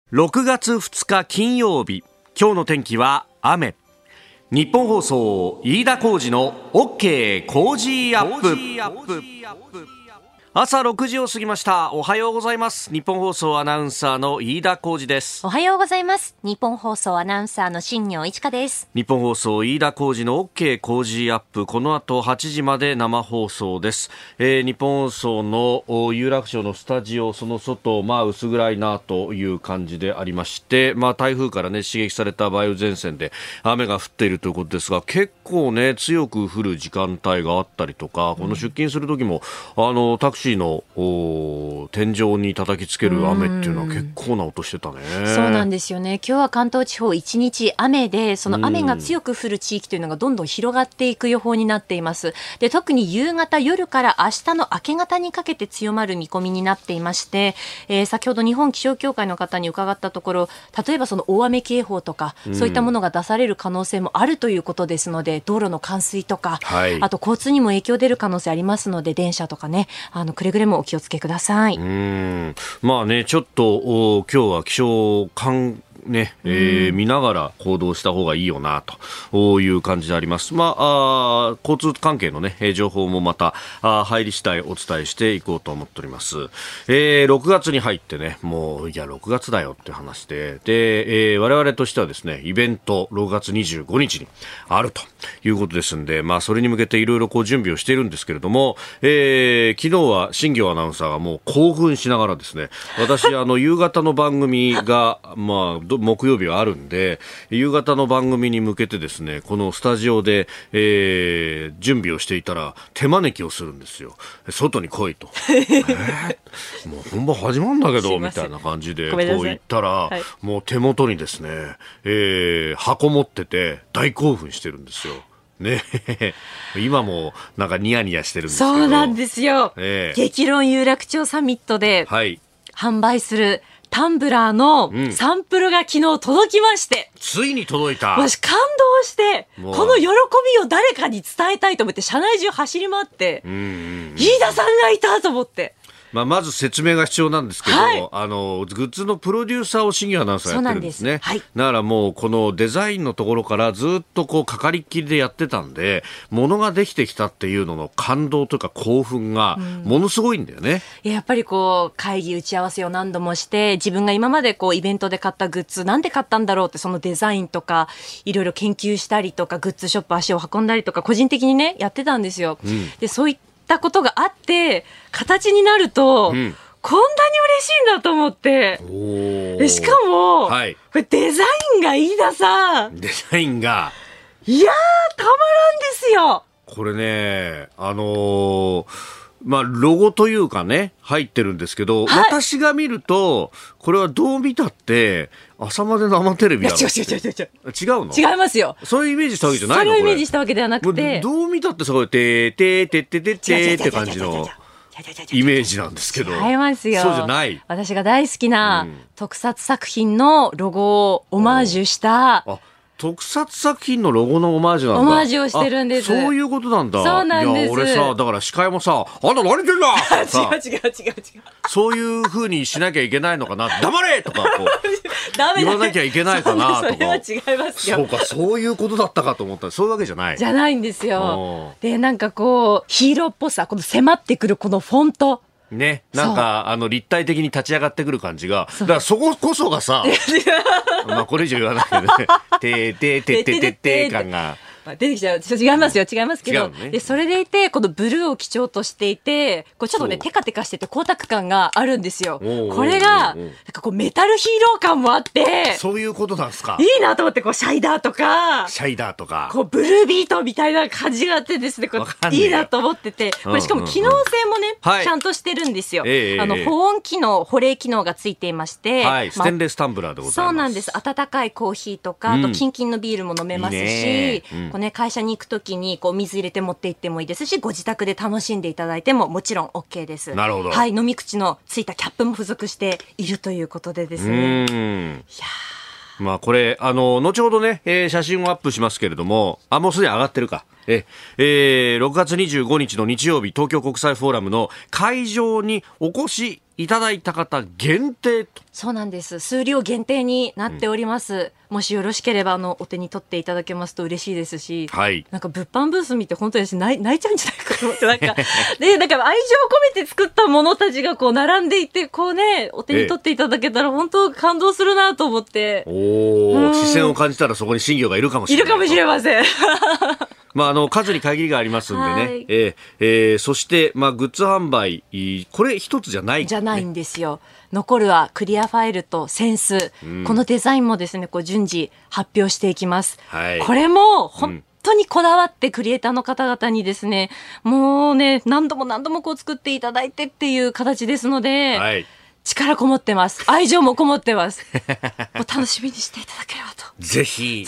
6月2日金曜日、今日の天気は雨。日本放送飯田浩司の OK 工事アップ。朝6時を過ぎました。おはようございます。日本放送アナウンサーの飯田浩司です。 おはようございます。日本放送アナウンサーの新業一華です。 日本放送飯田浩司の OK 工事アップ、この後8時まで生放送です。日本放送の有楽町のスタジオ、その外、薄暗いなという感じでありまして、台風からね刺激された梅雨前線で雨が降っているということですが、結構ね強く降る時間帯があったりとか、この出勤する時もタクシーの天井に叩きつける雨っていうのは結構な音してたね。 そうなんですよね。今日は関東地方一日雨で、その雨が強く降る地域というのがどんどん広がっていく予報になっています。で、特に夕方夜から明日の明け方にかけて強まる見込みになっていまして、先ほど日本気象協会の方に伺ったところ、例えばその大雨警報とか、そういったものが出される可能性もあるということですので、道路の冠水とか、あと交通にも影響出る可能性ありますので、電車とかね、くれぐれもお気をつけください。 ちょっと今日は気象見ながら行動した方がいいよなという感じであります。交通関係のね情報もまた入り次第お伝えしていこうと思っております。6月に入ってね、もう6月だよって話で、我々としてはですね、イベント6月25日にあるということですんで、それに向けていろいろ準備をしているんですけれども、昨日は新業アナウンサーがもう興奮しながらですね、私夕方の番組が木曜日はあるんで、夕方の番組に向けてですね、このスタジオで、準備をしていたら手招きをするんですよ。外に来いと、もう本番始まるんだけどみたいな感じでこう言ったら、もう手元にですね、箱持ってて大興奮してるんですよね。今もなんかニヤニヤしてるんですけど。 そうなんですよ、激論有楽町サミットで販売するタンブラーのサンプルが昨日届きまして、 ついに届いた。 私感動して、この喜びを誰かに伝えたいと思って車内中走り回って、飯田さんがいたと思って。 まず説明が必要なんですけど、グッズのプロデューサーを新業アナウンサーやってるんですね。だからもうこのデザインのところからずっとかかりっきりでやってたんで、物ができてきたっていうのの感動というか興奮がものすごいんだよね。 やっぱり会議打ち合わせを何度もして、自分が今までイベントで買ったグッズなんで買ったんだろうって、そのデザインとかいろいろ研究したりとか、グッズショップ足を運んだりとか個人的にねやってたんですよ。でそういったことがあって形になると、こんなに嬉しいんだと思って。しかも、これデザインが飯田さん、 デザインがたまらんですよ。 これね、ロゴというかね入ってるんですけど、私が見るとこれはどう見たって朝まで生テレビだろ。違うの？違いますよ。 そういうイメージしたわけじゃないの？ それをイメージしたわけではなくて、 どう見たってすごいてって感じのイメージなんですけど。 違いますよ。 そうじゃない。 私が大好きな特撮作品のロゴをオマージュした特撮作品のロゴのオマージュなんだ。 オマージュをしてるんです。 そういうことなんだ。 そうなんです。 俺さ、だから司会もさ、あんた何言ってんだ違う。 そういう風にしなきゃいけないのかな。黙れとか言わなきゃいけないかなとか。 それは違いますよ。 そうか、そういうことだったかと思ったらそういうわけじゃない。 じゃないんですよ。で、ヒーローっぽさ、この迫ってくるこのフォント。 ね、立体的に立ち上がってくる感じが、だからそここそがさ、これ以上言わないけどね、て感が出てきちゃう。違いますけど、でそれでいてこのブルーを基調としていて、ちょっとねテカテカしてて光沢感があるんですよ。これがメタルヒーロー感もあって、 そういうことなんですか。 いいなと思って、シャイダーとかブルービートみたいな感じがあってですね、いいなと思ってて、これしかも機能性もね、ちゃんとしてるんですよ。保温機能、保冷機能がついていまして、 ステンレスタンブラーでございます。 そうなんです。温かいコーヒーとか、あとキンキンのビールも飲めますし、会社に行くときに水入れて持って行ってもいいですし、ご自宅で楽しんでいただいてももちろん OK です。 なるほど。 飲み口のついたキャップも付属しているということでですね。 これ後ほどね、写真をアップしますけれども、もうすでに上がってるか。6月25日の日曜日、東京国際フォーラムの会場にお越しいただいた方限定と。 そうなんです。数量限定になっております。もしよろしければお手に取っていただけますと嬉しいですし、 はい、 なんか物販ブース見て本当に泣いちゃうんじゃないかと思ってなんかでなんか愛情込めて作ったものたちがこう並んでいてこうねお手に取っていただけたら本当感動するなと思って、 視線を感じたらそこに新魚がいるかもしれない。 いるかもしれません。 数に限りがありますんでね、はい、そして、グッズ販売これ一つじゃない、ね、 じゃないんですよ。残るはクリアファイルとセンス、このデザインもですねこう順次発表していきます、はい、これも本当にこだわってクリエイターの方々にですね、もうね何度もこう作っていただいてっていう形ですので、はい、力こもってます。愛情もこもってますもう楽しみにしていただければと。 ぜひ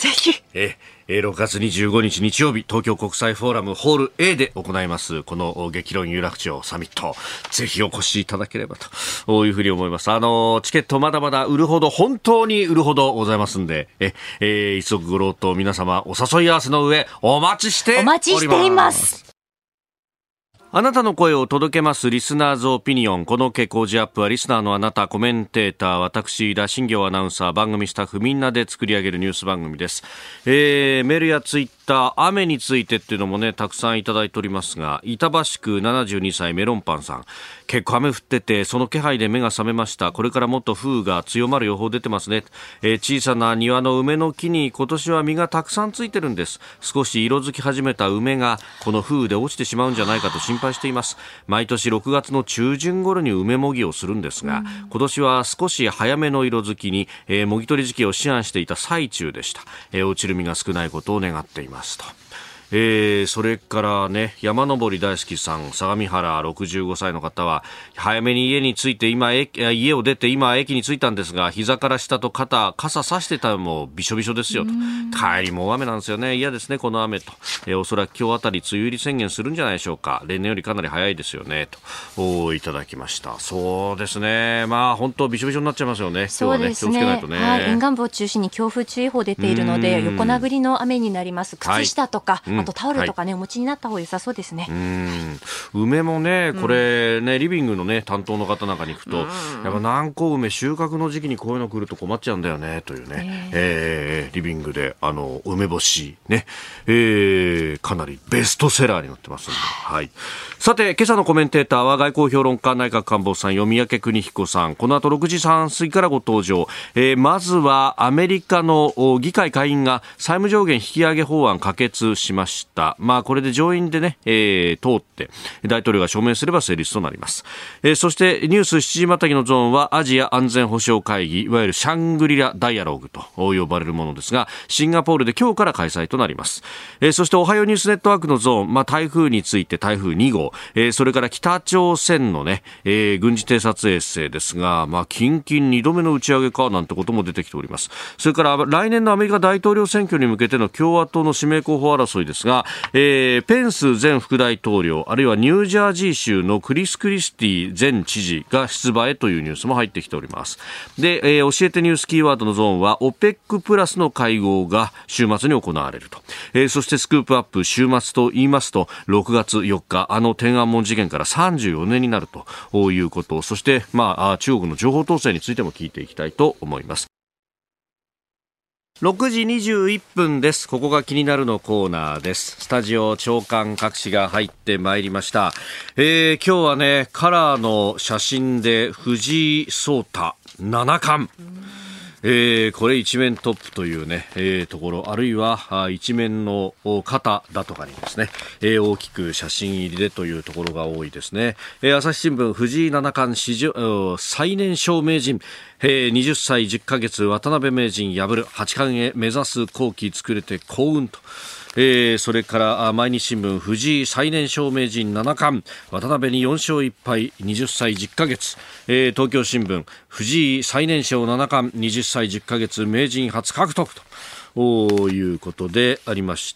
6月25日日曜日東京国際フォーラムホール A で行いますこの激論有楽町サミット、ぜひお越しいただければというふうに思います。チケットまだまだ売るほど本当に売るほどございますんで、一足ご郎と皆様お誘い合わせの上お待ちしています。 あなたの声を届けますリスナーズオピニオン。この傾向時アップはリスナーのあなた、コメンテーター、私、田新行アナウンサー、番組スタッフみんなで作り上げるニュース番組です。メールやツイッター、雨についてっていうのもね、たくさんいただいておりますが、板橋区72歳メロンパンさん。結構雨降ってて、その気配で目が覚めました。これからもっと風雨が強まる予報出てますね。小さな庭の梅の木に今年は実がたくさんついてるんです。少し色づき始めた梅がこの風雨で落ちてしまうんじゃないかと心配しています。毎年6月の中旬頃に梅もぎをするんですが、今年は少し早めの色づきに、もぎ取り時期を思案していた最中でした。落ちる実が少ないことを願っていますと。それからね、山登り大好きさん、相模原65歳の方は、早めに家に着いて家を出て今駅に着いたんですが、膝から下と肩、傘差してたらもうびしょびしょですよと。帰りも大雨なんですよね。嫌ですね、この雨と。おそらく今日あたり梅雨入り宣言するんじゃないでしょうか。例年よりかなり早いですよね、といただきました。そうですね。本当びしょびしょになっちゃいますよね。今日はね、気をつけないとね。はい、沿岸部を中心に強風注意報出ているので、横殴りの雨になります。靴下とか、あとタオルとかね、お持ちになった方が良さそうですね。 梅もね、これね、リビングのね、担当の方なんかに行くと、やっぱ南高梅収穫の時期にこういうの来ると困っちゃうんだよね、というね、リビングで、梅干しね、かなりベストセラーになってますんで、はい。さて、今朝のコメンテーターは外交評論家内閣官房参与三宅邦彦さん。この後6時半過ぎからご登場。まずはアメリカの議会下院が債務上限引き上げ法案可決しました。これで上院でね、通って大統領が署名すれば成立となります。そしてニュース7時またぎのゾーンはアジア安全保障会議、いわゆるシャングリラダイアログと呼ばれるものですが、シンガポールで今日から開催となります。そしておはようニュースネットワークのゾーン、台風について台風2号、それから北朝鮮のね、軍事偵察衛星ですが、近々2度目の打ち上げかなんてことも出てきております。それから来年のアメリカ大統領選挙に向けての共和党の指名候補争いですが、ペンス前副大統領、あるいはニュージャージー州のクリス・クリスティ前知事が出馬へというニュースも入ってきております。で、教えてニュースキーワードのゾーンは OPEC プラスの会合が週末に行われると。そしてスクープアップ週末と言いますと、6月4日天安門事件から34年になるということ、そして中国の情報統制についても聞いていきたいと思います。6時21分です。ここが気になるのコーナーです。スタジオ長官各紙が入ってまいりました。今日はね、カラーの写真で藤井聡太七冠、これ一面トップというね、ところ、あるいは一面の肩だとかにですね、大きく写真入りでというところが多いですね。朝日新聞、藤井七冠史上最年少名人、20歳10ヶ月渡辺名人破る八冠へ目指す好機作れて幸運と。それから毎日新聞、藤井最年少名人七冠、渡辺に4勝1敗20歳10ヶ月。東京新聞、藤井最年少七冠20歳10ヶ月名人初獲得ということでありまして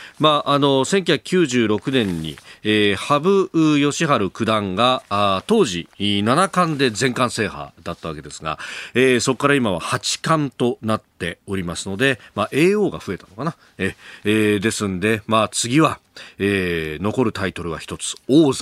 、1996年に、羽生善治九段が当時七冠で全冠制覇だったわけですが、そこから今は八冠となっておりますので、叡王が増えたのかな。ですんで、次は、残るタイトルは一つ、王座。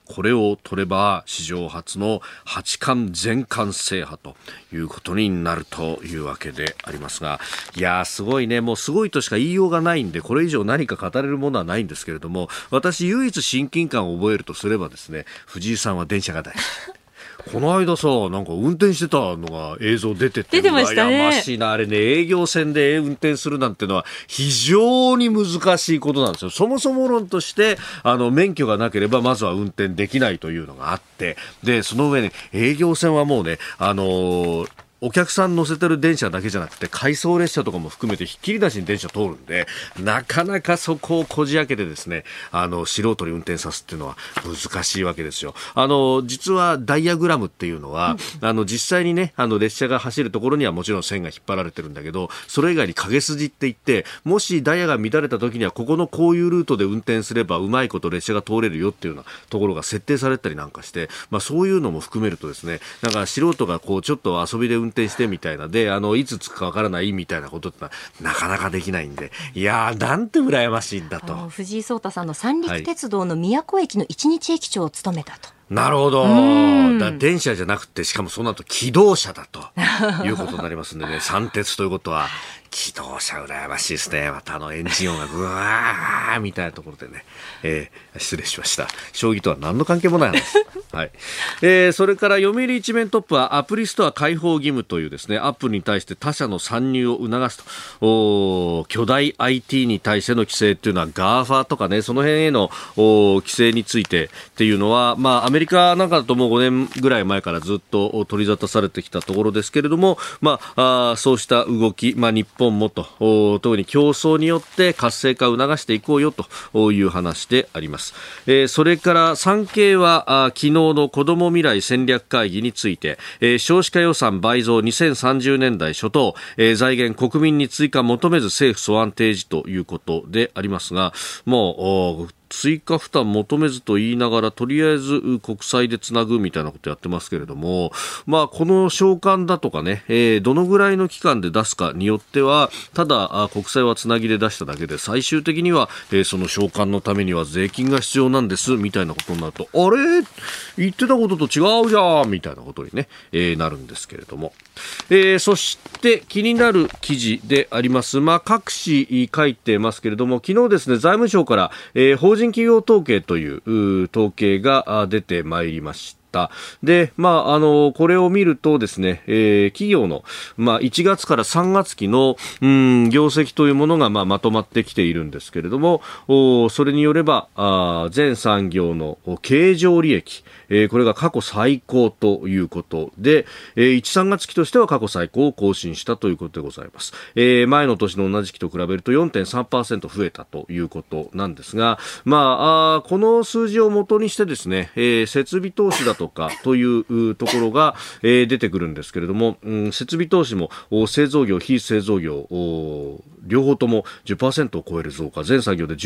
これを取れば史上初の八冠全冠制覇ということになるというわけでありますが、いやーすごいね、もうすごいとしか言いようがないんで、これ以上何か語れるものはないんですけれども、私唯一親近感を覚えるとすればですね、藤井さんは電車が大好き。この間さ、なんか運転してたのが映像出てましたね。 やましいな、あれね、営業線で運転するなんてのは非常に難しいことなんですよ。そもそも論として免許がなければまずは運転できないというのがあって、でその上に営業線はもうね、お客さん乗せてる電車だけじゃなくて回送列車とかも含めてひっきりなしに電車通るんで、なかなかそこをこじ開けてですね、素人に運転さすっていうのは難しいわけですよ。実はダイヤグラムっていうのは、実際にね、列車が走るところにはもちろん線が引っ張られてるんだけど、それ以外に影筋って言って、もしダイヤが乱れた時にはここのこういうルートで運転すればうまいこと列車が通れるよっていうようなところが設定されたりなんかして、そういうのも含めるとですね、なんか素人がこうちょっと遊びで運転してみたいなで、いつ着くかわからないみたいなことってなかなかできないんで、いやーなんて羨ましいんだと。 藤井聡太さんの三陸鉄道の宮古駅の一日駅長を務めたと。 なるほど。電車じゃなくて、しかもその後機動車だということになりますんでね、三鉄ということは機動車羨ましいですね。またエンジン音がグワーみたいなところでね、失礼しました。将棋とは何の関係もない話はい。それから読売一面トップはアプリストア開放義務というですね、アップルに対して他社の参入を促すと、巨大 IT に対しての規制っていうのは GAFA とかね、その辺への規制についてっていうのは、アメリカなんかだともう5年ぐらい前からずっと取り沙汰されてきたところですけれども、そうした動き、日本もと、特に競争によって活性化を促していこうよという話であります。それから産経は昨日の子ども未来戦略会議について、少子化予算倍増2030年代初頭、財源国民に追加求めず政府素案提示ということでありますが、もう追加負担求めずと言いながらとりあえず国債でつなぐみたいなことやってますけれども、この償還だとかね、どのぐらいの期間で出すかによっては、ただ国債はつなぎで出しただけで最終的には、その償還のためには税金が必要なんですみたいなことになると、あれ言ってたことと違うじゃんみたいなことにね、なるんですけれども、そして気になる記事であります。各紙書いてますけれども、昨日ですね、財務省から、法人企業統計という統計が出てまいりました。で、これを見るとですね、企業の、1月から3月期の、業績というものが、まとまってきているんですけれども、それによれば、全産業の経常利益、これが過去最高ということで、1、3月期としては過去最高を更新したということでございます。前の年の同じ期と比べると 4.3% 増えたということなんですが、この数字を元にしてですね、設備投資だとかというところが、出てくるんですけれども、設備投資も製造業、非製造業両方とも 10% を超える増加、全産業で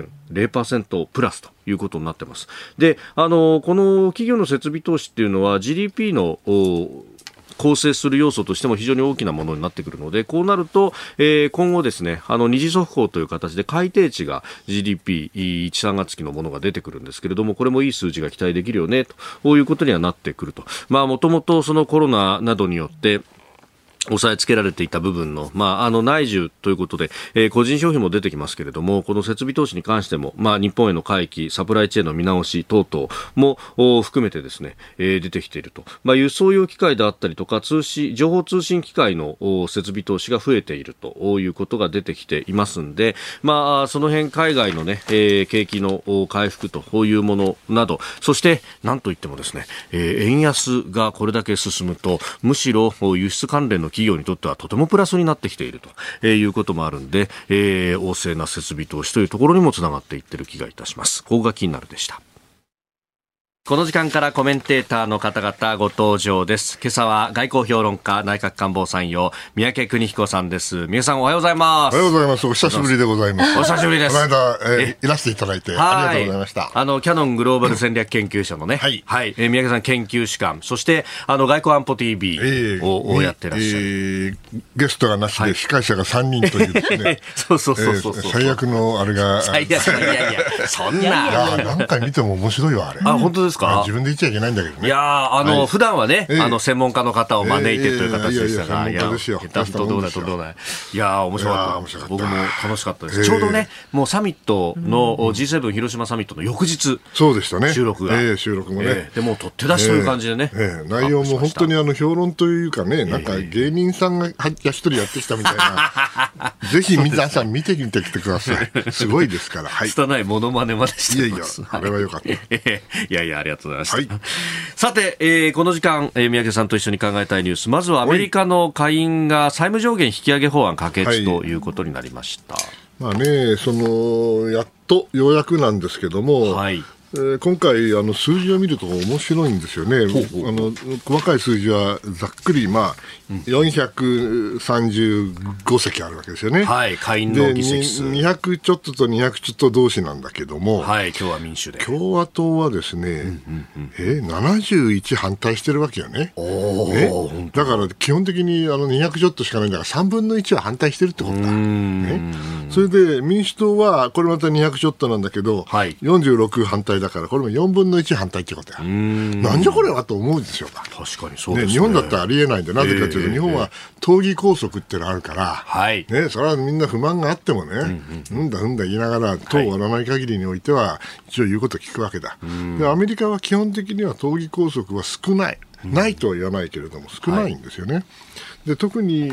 11.0% プラスということになっています。で、この企業の設備投資っていうのは GDP の構成する要素としても非常に大きなものになってくるので、こうなると、今後ですね、二次速報という形で改定値が GDP1、3月期のものが出てくるんですけれども、これもいい数字が期待できるよねということにはなってくると。もともとそのコロナなどによって抑えつけられていた部分の、内需ということで、個人消費も出てきますけれども、この設備投資に関しても、日本への回帰、サプライチェーンの見直し等々も含めてですね、出てきていると。輸送用機械であったりとか、情報通信機械の設備投資が増えているということが出てきていますんで、その辺海外のね、景気の回復というものなど、そしてなんといってもですね、円安がこれだけ進むと、むしろ輸出関連の企業にとってはとてもプラスになってきているということもあるんで、旺盛な設備投資というところにもつながっていっている気がいたします。ここが気になるでした。この時間からコメンテーターの方々ご登場です。今朝は外交評論家内閣官房参与三宅邦彦さんです。三宅さんおはようございます。 おはようございます。お久しぶりでございます。 お久しぶりです。 この間、いらしていただいてありがとうございました。 キャノングローバル戦略研究所のね、はい、三宅さん研究主幹、そして外交安保 TV をやってらっしゃる、 ゲストがなしで司会者が3人というですねそう最悪のあれが最悪いやそんな何回見ても面白いわあれ。 本当ですですか？ 自分で言っちゃいけないんだけどね。 いや普段はね、専門家の方を招いてという形でしたが、 専門家ですよ。 とんでもないとんでもない。いや面白かった。僕も楽しかったです。ちょうどね、もうサミットの G7 広島サミットの翌日、 そうでしたね。 収録が、 収録もね、 でもう取って出しという感じでね、 内容も本当に評論というかね、なんか芸人さんが一人やってきたみたいな、ぜひ皆さん見てみてきてください。すごいですから。はい。 拙いモノマネまでしてます。 いやいや、あれはよかった。いやありがとうございました。さて、この時間、三宅さんと一緒に考えたいニュース、まずはアメリカの下院が債務上限引き上げ法案可決ということになりました。 まあね、やっとようやくなんですけども、今回数字を見ると面白いんですよね。細かい数字はざっくり、435席あるわけですよね。 はい、下院の議席数 200ちょっとと200ちょっと同士なんだけども、 はい、今日は民主で共和党はですね、71反対してるわけよね。だから基本的に200ちょっとしかないんだから3分の1は反対してるってことだ。それで民主党はこれまた200ちょっとなんだけど、46反対だからこれも4分の1反対ってことや。なんじゃこれはと思うでしょうか。 確かにそうですね。 日本だったらありえないんで、なぜかというと日本は党議拘束ってのがあるから、それはみんな不満があってもね、うんだ言いながら党を割らない限りにおいては一応言うことを聞くわけだ。でアメリカは基本的には党議拘束は少ない。ないとは言わないけれども少ないんですよね。で特に、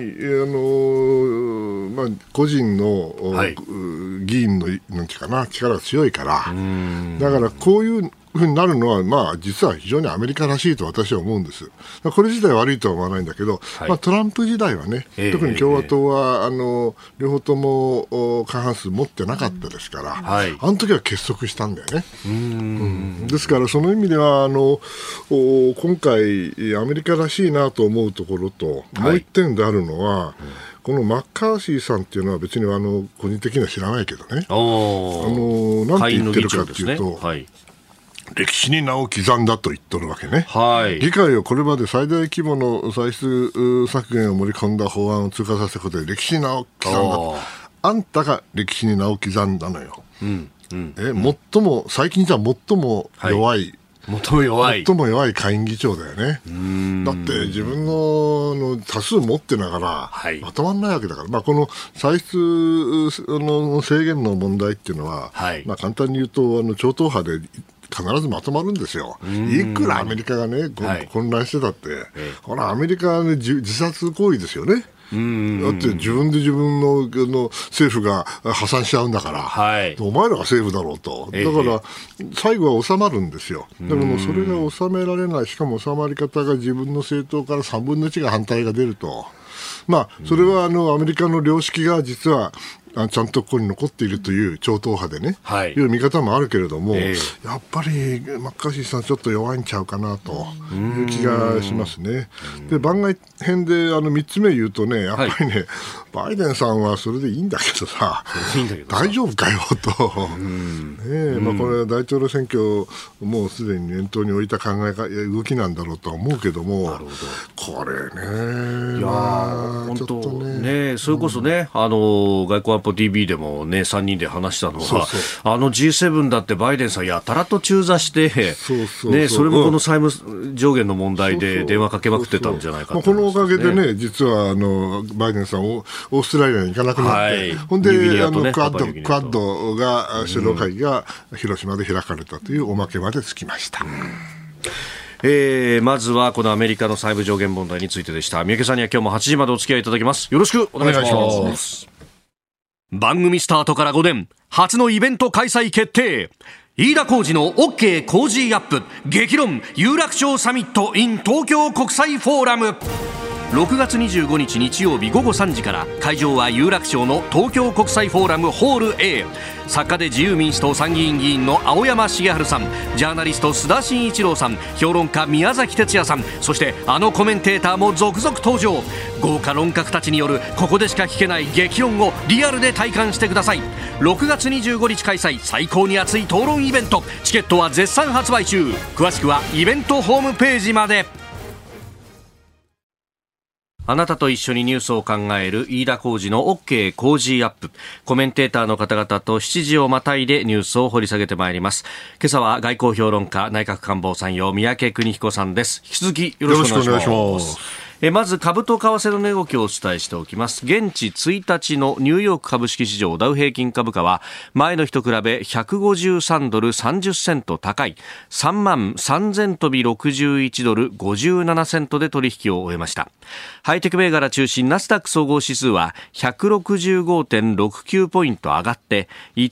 個人の、議員のなんていうかな力が強いからだからこういうふうになるのは、実は非常にアメリカらしいと私は思うんです。これ自体悪いとは思わないんだけど、トランプ時代はね、特に共和党は、両方とも過半数持ってなかったですから、あの時は結束したんだよね。ですからその意味では今回アメリカらしいなと思うところと、もう一点であるのは、このマッカーシーさんっていうのは別に個人的には知らないけどね、なんて言ってるかというと、歴史に名を刻んだと言っとるわけね。議会をこれまで最大規模の歳出削減を盛り込んだ法案を通過させることで歴史に名を刻んだと。あんたが歴史に名を刻んだのよ。最近じゃ最も弱い、最も弱い下院議長だよね。だって自分の多数持ってながらまとまらないわけだから、この歳出の制限の問題っていうのは、簡単に言うと超党派で必ずまとまるんですよ。いくらアメリカがね、混乱してたって、これアメリカは、ね、自殺行為ですよね。だって自分で自分の政府が破産しちゃうんだから、お前らが政府だろうと。だから最後は収まるんですよ。だからもうそれが収められない、しかも収まり方が自分の政党から3分の1が反対が出ると。それはアメリカの良識が実はちゃんとここに残っているという超党派でね、いう見方もあるけれども、やっぱりマッカーシーさんちょっと弱いんちゃうかなという気がしますね。で番外編で3つ目言うとね、やっぱりね、バイデンさんはそれでいいんだけどさ、大丈夫かよと、これ大統領選挙もうすでに念頭に置いた動きなんだろうとは思うけども、これね、 本当ね、それこそね、外交安保 TV でもね3人で話したのは、G7 だってバイデンさんやたらと中座してそれもこの債務上限の問題で電話かけまくってたんじゃないかと、 このおかげでね、実はバイデンさんオーストラリアに行かなくなって、ほんでクアッドが首脳会議が広島で開かれたというおまけまでつきました。 まずはこのアメリカの債務上限問題についてでした。三宅さんには今日も8時までお付き合いいただきます。よろしくお願いします。番組スタートから5年初のイベント開催決定。飯田浩司の OK 工事アップ激論有楽町サミット in 東京国際フォーラム。6月25日日曜日午後3時から、会場は有楽町の東京国際フォーラムホール A。 作家で自由民主党参議院議員の青山茂春さん、ジャーナリスト須田慎一郎さん、評論家宮崎哲也さん、そしてコメンテーターも続々登場。豪華論客たちによるここでしか聞けない激論をリアルで体感してください。6月25日開催、最高に熱い討論イベント。チケットは絶賛発売中。詳しくはイベントホームページまで。 あなたと一緒にニュースを考える飯田浩司の OK 工事アップ。コメンテーターの方々と7時をまたいでニュースを掘り下げてまいります。今朝は外交評論家内閣官房参与三宅邦彦さんです。引き続きよろしくお願いします。まず株と為替の値動きをお伝えしておきます。現地1日のニューヨーク株式市場ダウ平均株価は前の日と比べ153ドル30セント高い 33,000 飛び61ドル57セントで取引を終えました。ハイテク銘柄中心ナスダック総合指数は 165.69 ポイント上がって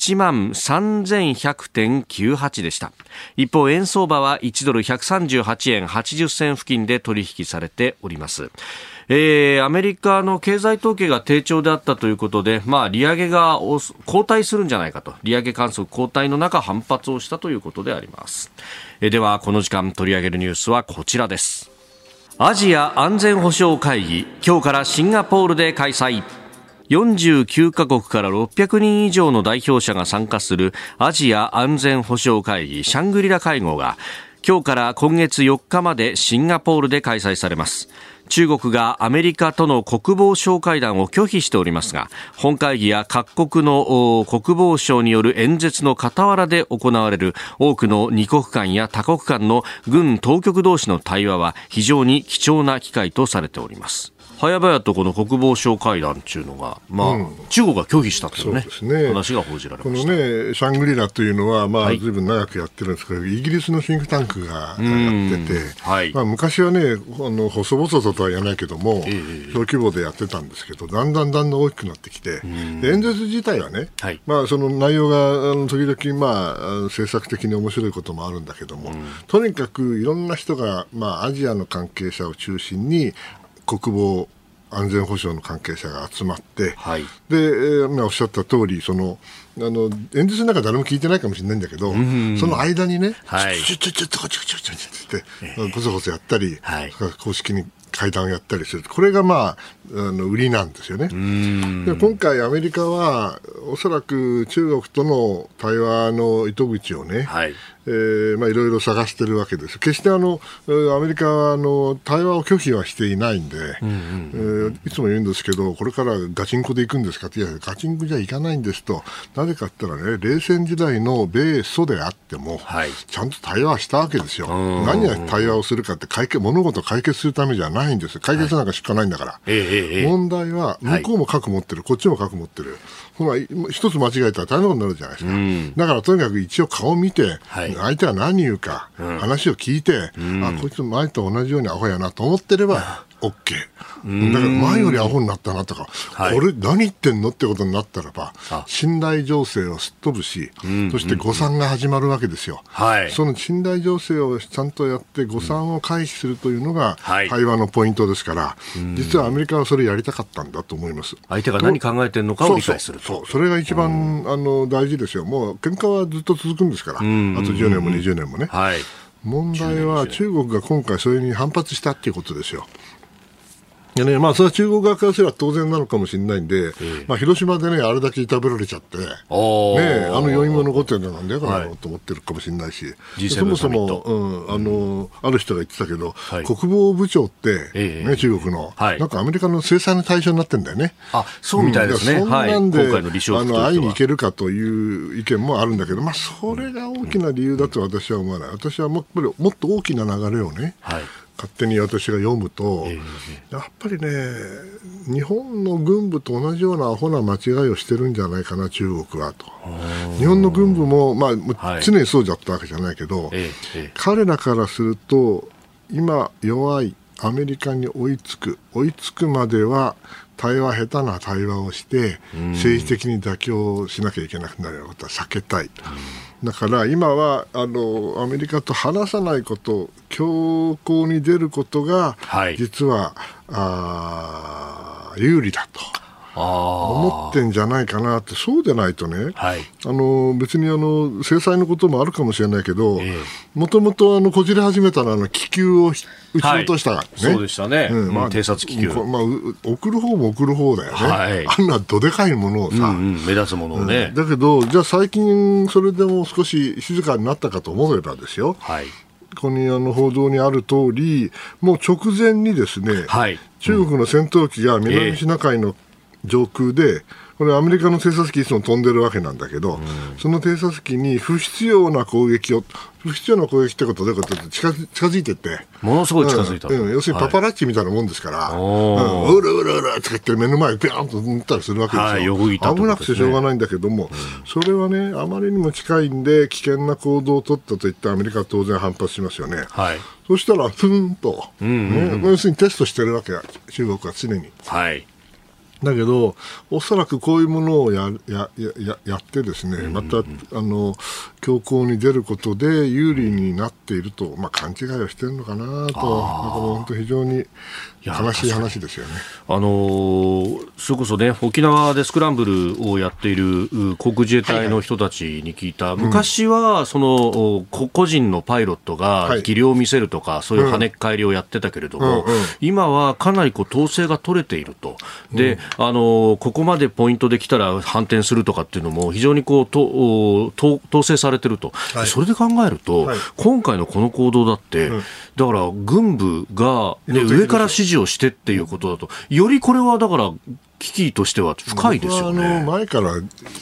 13,100.98 でした。一方円相場は1ドル138円80銭付近で取引されております。アメリカの経済統計が低調であったということで、利上げが後退するんじゃないかと、利上げ観測後退の中反発をしたということであります。ではこの時間取り上げるニュースはこちらです。アジア安全保障会議、今日からシンガポールで開催。49カ国から600人以上の代表者が参加するアジア安全保障会議シャングリラ会合が今日から今月4日までシンガポールで開催されます。中国がアメリカとの国防相会談を拒否しておりますが、本会議や各国の国防相による演説の傍らで行われる多くの二国間や多国間の軍当局同士の対話は非常に貴重な機会とされております。早々とこの国防相会談というのが、中国が拒否したという、話が報じられました。 このシャングリラというのは、ずいぶん長くやってるんですけど、イギリスのシンクタンクがやってて、昔はね、細々とは言わないけども、小規模でやってたんですけど、だんだん大きくなってきて、演説自体はね、その内容が時々、政策的に面白いこともあるんだけども、とにかくいろんな人が、アジアの関係者を中心に、国防安全保障の関係者が集まって、で、おっしゃった通り、演説の中誰も聞いてないかもしれないんだけど、その間にね、ちょっとこちってこそこそやったり、公式に会談をやったりする。これが売りなんですよね。で今回アメリカはおそらく中国との対話の糸口をね、いろいろ探してるわけです。決してアメリカは対話を拒否はしていないんで、いつも言うんですけど、これからガチンコで行くんですかって、いやガチンコじゃいかないんですと。なぜかって言ったらね、冷戦時代の米ソであっても、ちゃんと対話したわけですよ。何が対話をするかって物事を解決するためじゃないんです。解決なんかしかないんだから。問題は向こうも核持ってる、こっちも核持ってる。一つ間違えたら大変なことになるじゃないですか。だからとにかく一応顔を見て、相手は何言うか、話を聞いて、こいつ前と同じようにアホやなと思ってれば OK。だから前よりアホになったなとか、これ何言ってんのってことになったらば、信頼情勢をすっ飛ぶし、そして誤算が始まるわけですよ。その信頼情勢をちゃんとやって誤算を回避するというのが対話のポイントですから、実はアメリカはそれやりたかったんだと思います。 相手が何考えてるのかを理解すると。 それが一番大事ですよ。もう喧嘩はずっと続くんですから、あと10年も20年もね。問題は中国が今回それに反発したっていうことですよ。それは中国側からすれば当然なのかもしれないんで、広島でね、あれだけ食べられちゃって、余韻も残ってるのなんだよかなと思ってるかもしれないし、そもそも、ある人が言ってたけど、国防部長って、中国の、なんかアメリカの制裁の対象になってるんだよね。 そうみたいですね。 そんなんで、会いに行けるかという意見もあるんだけど、それが大きな理由だと私は思わない。私はもっと大きな流れをね、勝手に私が読むと、やっぱりね、日本の軍部と同じようなアホな間違いをしてるんじゃないかな、中国はと。日本の軍部も、常にそうだったわけじゃないけど、彼らからすると、今弱いアメリカに追いつくまでは、下手な対話をして、政治的に妥協しなきゃいけなくなるようなことは避けたい。だから今はアメリカと話さないこと、強硬に出ることが、実は有利だと思ってんじゃないかなって。そうでないとね、別に制裁のこともあるかもしれないけど、もともとこじれ始めたのは気球を撃ち落としたね、 そうでしたね、偵察気球、 送る方も送る方だよね、あんなどでかいものをさ、 目立つものをね、 だけどじゃあ最近それでも少し静かになったかと思えばですよ、 ここに報道にある通り、もう直前にですね、 はい、 中国の戦闘機が南シナ海の上空で、これアメリカの偵察機いつも飛んでるわけなんだけど、その偵察機に不必要な攻撃ってことはどういうことって近づいてって、 ものすごい近づいた、 要するにパパラッチみたいなもんですから、うるうるうるって言って目の前にピャーンと塗ったりするわけですよ、危なくてしょうがないんだけども、それはね、あまりにも近いんで危険な行動を取ったといってアメリカは当然反発しますよね。 はい、 そしたらふーんと、要するにテストしてるわけや、中国は常に。 はい、 だけど、おそらくこういうものをやってですね、また強行に出ることで有利になっていると、勘違いをしているのかなと、なんかもう本当非常に悲しい話ですよね。 それこそね、沖縄でスクランブルをやっている航空自衛隊の人たちに聞いた、昔はその個人のパイロットが技量を見せるとか、そういう跳ねっ返りをやってたけれども、今はかなり統制が取れていると。で、ここまでポイントできたら反転するとかっていうのも非常に統制されてると、それで考えると、今回のこの行動だって、だから軍部が、上から指示をしてっていうことだと、よりこれはだから危機としては深いですよね。 前から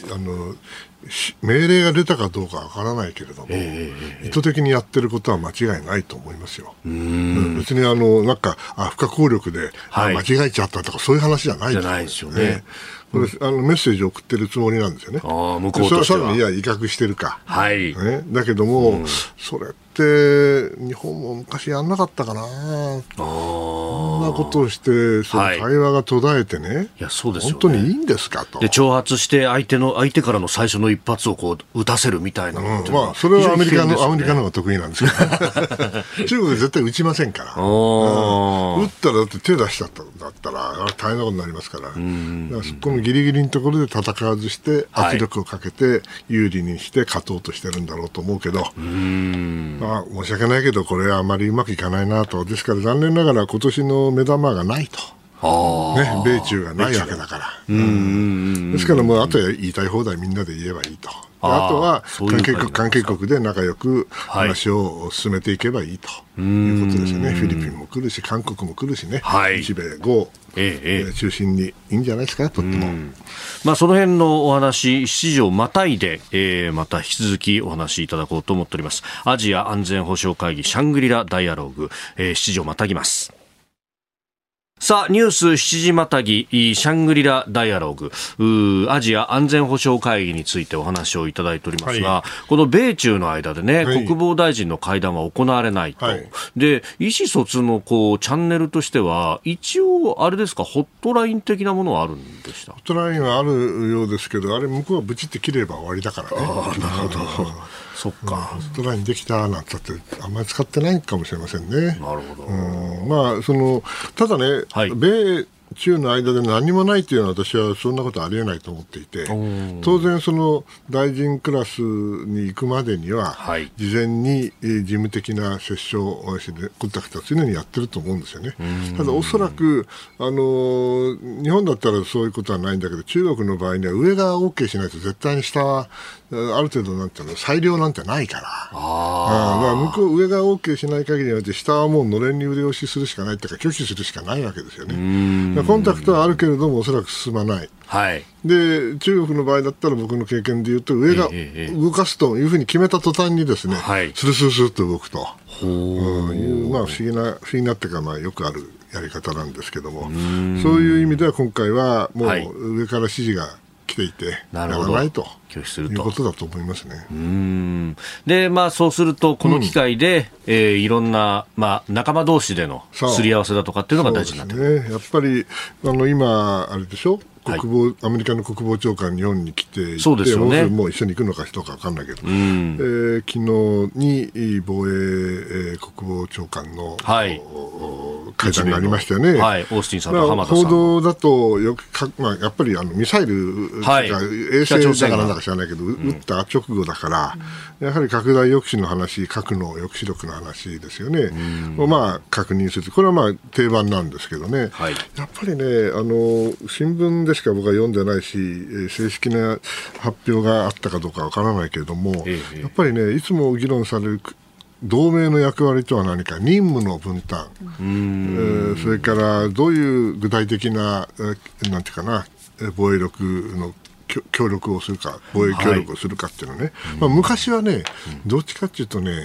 命令が出たかどうかわからないけれども、意図的にやってることは間違いないと思いますよ。別になんか不可抗力で、間違えちゃったとかそういう話じゃないですよね。これメッセージを送ってるつもりなんですよね。 向こうとしてはさらに威嚇してるか、 はいだけども、それって日本も昔やんなかったかな。そんなことをしてその会話が途絶えてね、 いやそうですよね、 本当にいいんですかと。 で挑発して相手からの最初の一発をこう撃たせるみたいなのって、 それはアメリカの方が得意なんですけど中国で絶対撃ちませんから、撃ったらだって手出しちゃったんだったら大変なことになりますから、だからそこのギリギリのところで戦わずして圧力をかけて有利にして勝とうとしてるんだろうと思うけど、申し訳ないけどこれはあまりうまくいかないなと。ですから残念ながら今年の目玉がないと。米中がないわけだから、ですからもうあとは言いたい放題みんなで言えばいいと。あとは関係国で仲良く話を進めていけばいいということですよね。フィリピンも来るし韓国も来るしね、日米豪中心にいいんじゃないですか、とっても。 その辺のお話、7時をまたいで、また引き続きお話しいただこうと思っております。アジア安全保障会議シャングリラダイアログ、7時をまたぎます。さあニュース7時またぎシャングリラダイアログアジア安全保障会議についてお話をいただいておりますが、この米中の間でね、国防大臣の会談は行われないと、で意思疎通のチャンネルとしては一応あれですか、ホットライン的なものはあるんでした？ ホットラインはあるようですけど、あれ向こうはブチって切れば終わりだからね。 なるほどそっか、 ホットラインできたなんて言ってあんまり使ってないかもしれませんね。 なるほど。ただね、米中の間で何もないというのは私はそんなことありえないと思っていて、当然その大臣クラスに行くまでには、事前に事務的な接触コンタクトは常にやってると思うんですよね。ただおそらく日本だったらそういうことはないんだけど、中国の場合には上が OK しないと絶対に下はある程度なんていうの裁量なんてないから、だから向こう上が OK しない限りには下はもうのれんに腕押しするしかないというか拒否するしかないわけですよね。コンタクトはあるけれどもおそらく進まない、で中国の場合だったら僕の経験でいうと上が動かすというふうに決めた途端にですね、スルスルスルっと動くという、不思議なっていうか、よくあるやり方なんですけども、そういう意味では今回はもう上から指示が来ていてやらないということだと思いますね。 で、そうするとこの機会で、いろんな、仲間同士でのすり合わせだとかっていうのが大事になってくる。 やっぱり今あれでしょ、アメリカの国防長官日本に来ていて、 そうですよね、 もう一緒に行くのかどうか分かんないけど、昨日に防衛国防長官の、会談がありましたよね。 オースティンさんと浜田さん。 報道だとやっぱりミサイルが衛星だからなんだか知らないけど、撃った直後だから、やはり拡大抑止の話、核の抑止力の話ですよね。確認する。これは定番なんですけどね。やっぱりね、新聞でしか僕は読んでないし、正式な発表があったかどうかわからないけれども、やっぱりね、いつも議論される同盟の役割とは何か、任務の分担、それからどういう具体的な、なんていうかな、防衛力の協力をするか、防衛協力をするかっていうのね、昔はね、どっちかっていうとね、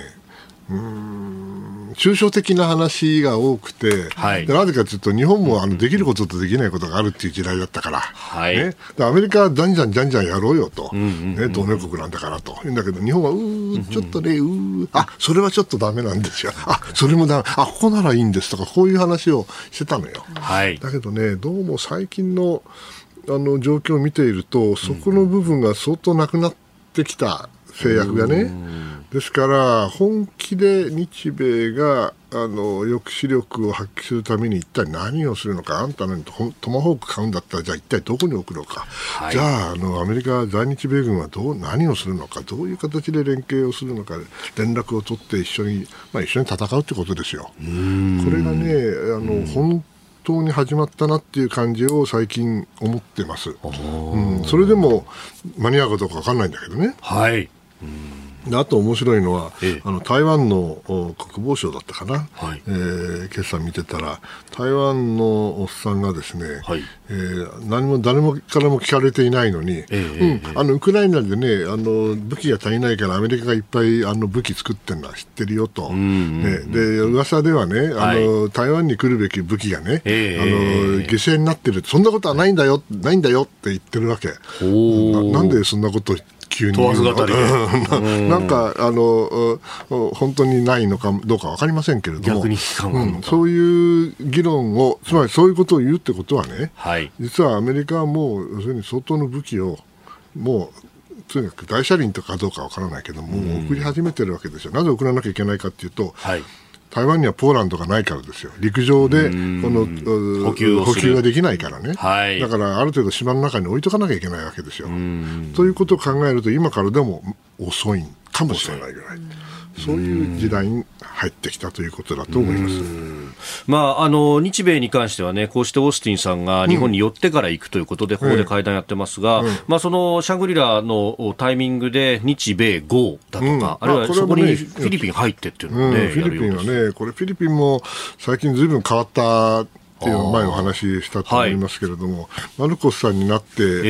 抽象的な話が多くて、なぜかというと日本もできることとできないことがあるっていう時代だったから、ね、でアメリカはじゃんじゃんやろうよと、ね、同盟国なんだからと言うんだけど、日本はちょっとね、それはちょっとダメなんですよ、それもダメ、ここならいいんですとか、こういう話をしてたのよ。だけどね、どうも最近の状況を見ていると、そこの部分が相当なくなってきた、制約がね。ですから本気で日米が抑止力を発揮するために一体何をするのか、あんたのトマホーク買うんだったら、じゃあ一体どこに置くのか、じゃあアメリカ在日米軍は何をするのか、どういう形で連携をするのか、連絡を取って一緒に戦うってことですよ。これがね、本当に始まったなっていう感じを最近思ってます。それでも間に合うかどうか分かんないんだけどね。あと面白いのは、台湾の国防省だったかな、今朝見てたら、台湾のおっさんがですね、何も誰もからも聞かれていないのに、ウクライナでね、武器が足りないからアメリカがいっぱい武器作ってるのは知ってるよと、で噂ではね、台湾に来るべき武器がね、犠牲になってる、そんなことはないんだよって言ってるわけ。なんでそんなこと急に問わず語りなんか本当にないのかどうか分かりませんけれども、 逆に危機感があるのか、 そういう議論を、つまりそういうことを言うってことはね、実はアメリカはもう要するに相当の武器をもうとにかく大車輪とかどうか分からないけども、送り始めてるわけですよ。なぜ送らなきゃいけないかというと、台湾にはポーランドがないからですよ。陸上でこの補給ができないからね、だからある程度島の中に置いとかなきゃいけないわけですよ。ということを考えると、今からでも遅いかもしれないぐらい、そういう時代に入ってきたということだと思います。 日米に関してはね、こうしてオースティンさんが日本に寄ってから行くということで、ここで会談やってますが、そのシャングリラのタイミングで日米豪だとか、あるいはそこにフィリピン入ってっていうのをね、 フィリピンはね、これフィリピンも最近ずいぶん変わったっていうのを前お話ししたと思いますけれども、マルコスさんになって、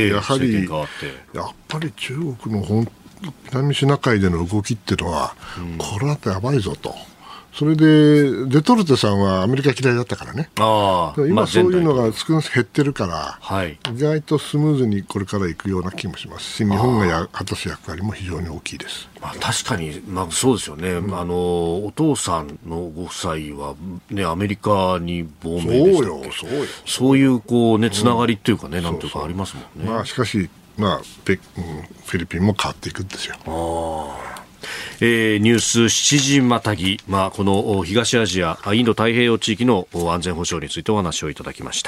やっぱり中国の南シナ海での動きっていうのは、これだとやばいぞと。それでデトルテさんはアメリカ嫌いだったからね。今そういうのが少し減ってるから、意外とスムーズにこれから行くような気もしますし、日本が果たす役割も非常に大きいです。 確かに、そうですよね、お父さんのご夫妻は、ね、アメリカに亡命でしたっけ。そういうつながりっていうかね、なんていうかありますもんね。 しかし、フィリピンも変わっていくんですよ。 ニュース7時またぎ、この東アジアインド太平洋地域の安全保障についてお話をいただきました。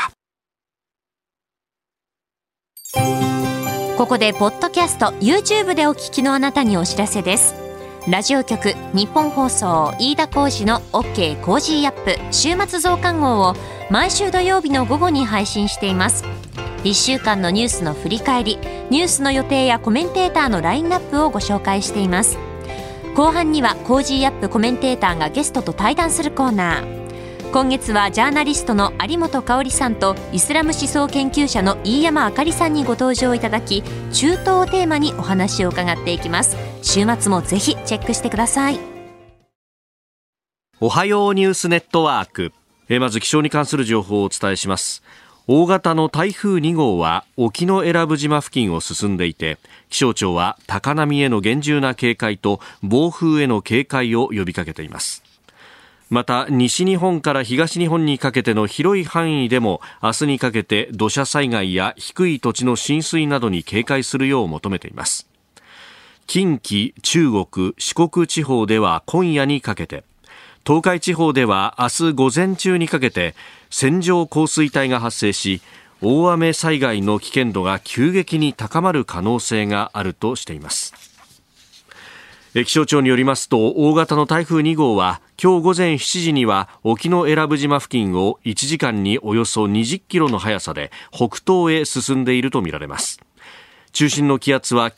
ここでポッドキャスト YouTube でお聞きのあなたにお知らせです。ラジオ局日本放送飯田浩司の OK コージーアップ週末増刊号を毎週土曜日の午後に配信しています。1週間のニュースの振り返り、ニュースの予定やコメンテーターのラインナップをご紹介しています。後半にはコージーアップコメンテーターがゲストと対談するコーナー。今月はジャーナリストの有本香里さんとイスラム思想研究者の飯山あかりさんにご登場いただき、中東をテーマにお話を伺っていきます。週末もぜひチェックしてください。 おはようニュースネットワーク。まず気象に関する情報をお伝えします。大型の台風2号は沖永良部島付近を進んでいて、気象庁は高波への厳重な警戒と暴風への警戒を呼びかけています。また西日本から東日本にかけての広い範囲でも明日にかけて土砂災害や低い土地の浸水などに警戒するよう求めています。近畿、中国、四国地方では今夜にかけて、東海地方では明日午前中にかけて線状降水帯が発生し、大雨災害の危険度が急激に高まる可能性があるとしています。気象庁によりますと、大型の台風2号は今日午前7時には沖永良部島付近を1時間におよそ20キロの速さで北東へ進んでいるとみられます。 中心の気圧は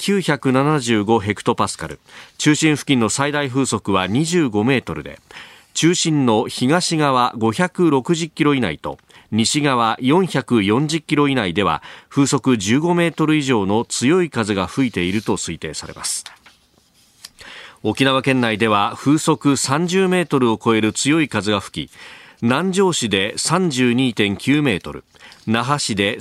975ヘクトパスカル、中心付近の最大風速は25メートルで、中心の東側560キロ以内と西側440キロ以内では風速15メートル以上の強い風が吹いていると推定されます。沖縄県内では風速30メートルを超える強い風が吹き、南城市で 32.9 メートル、那覇市で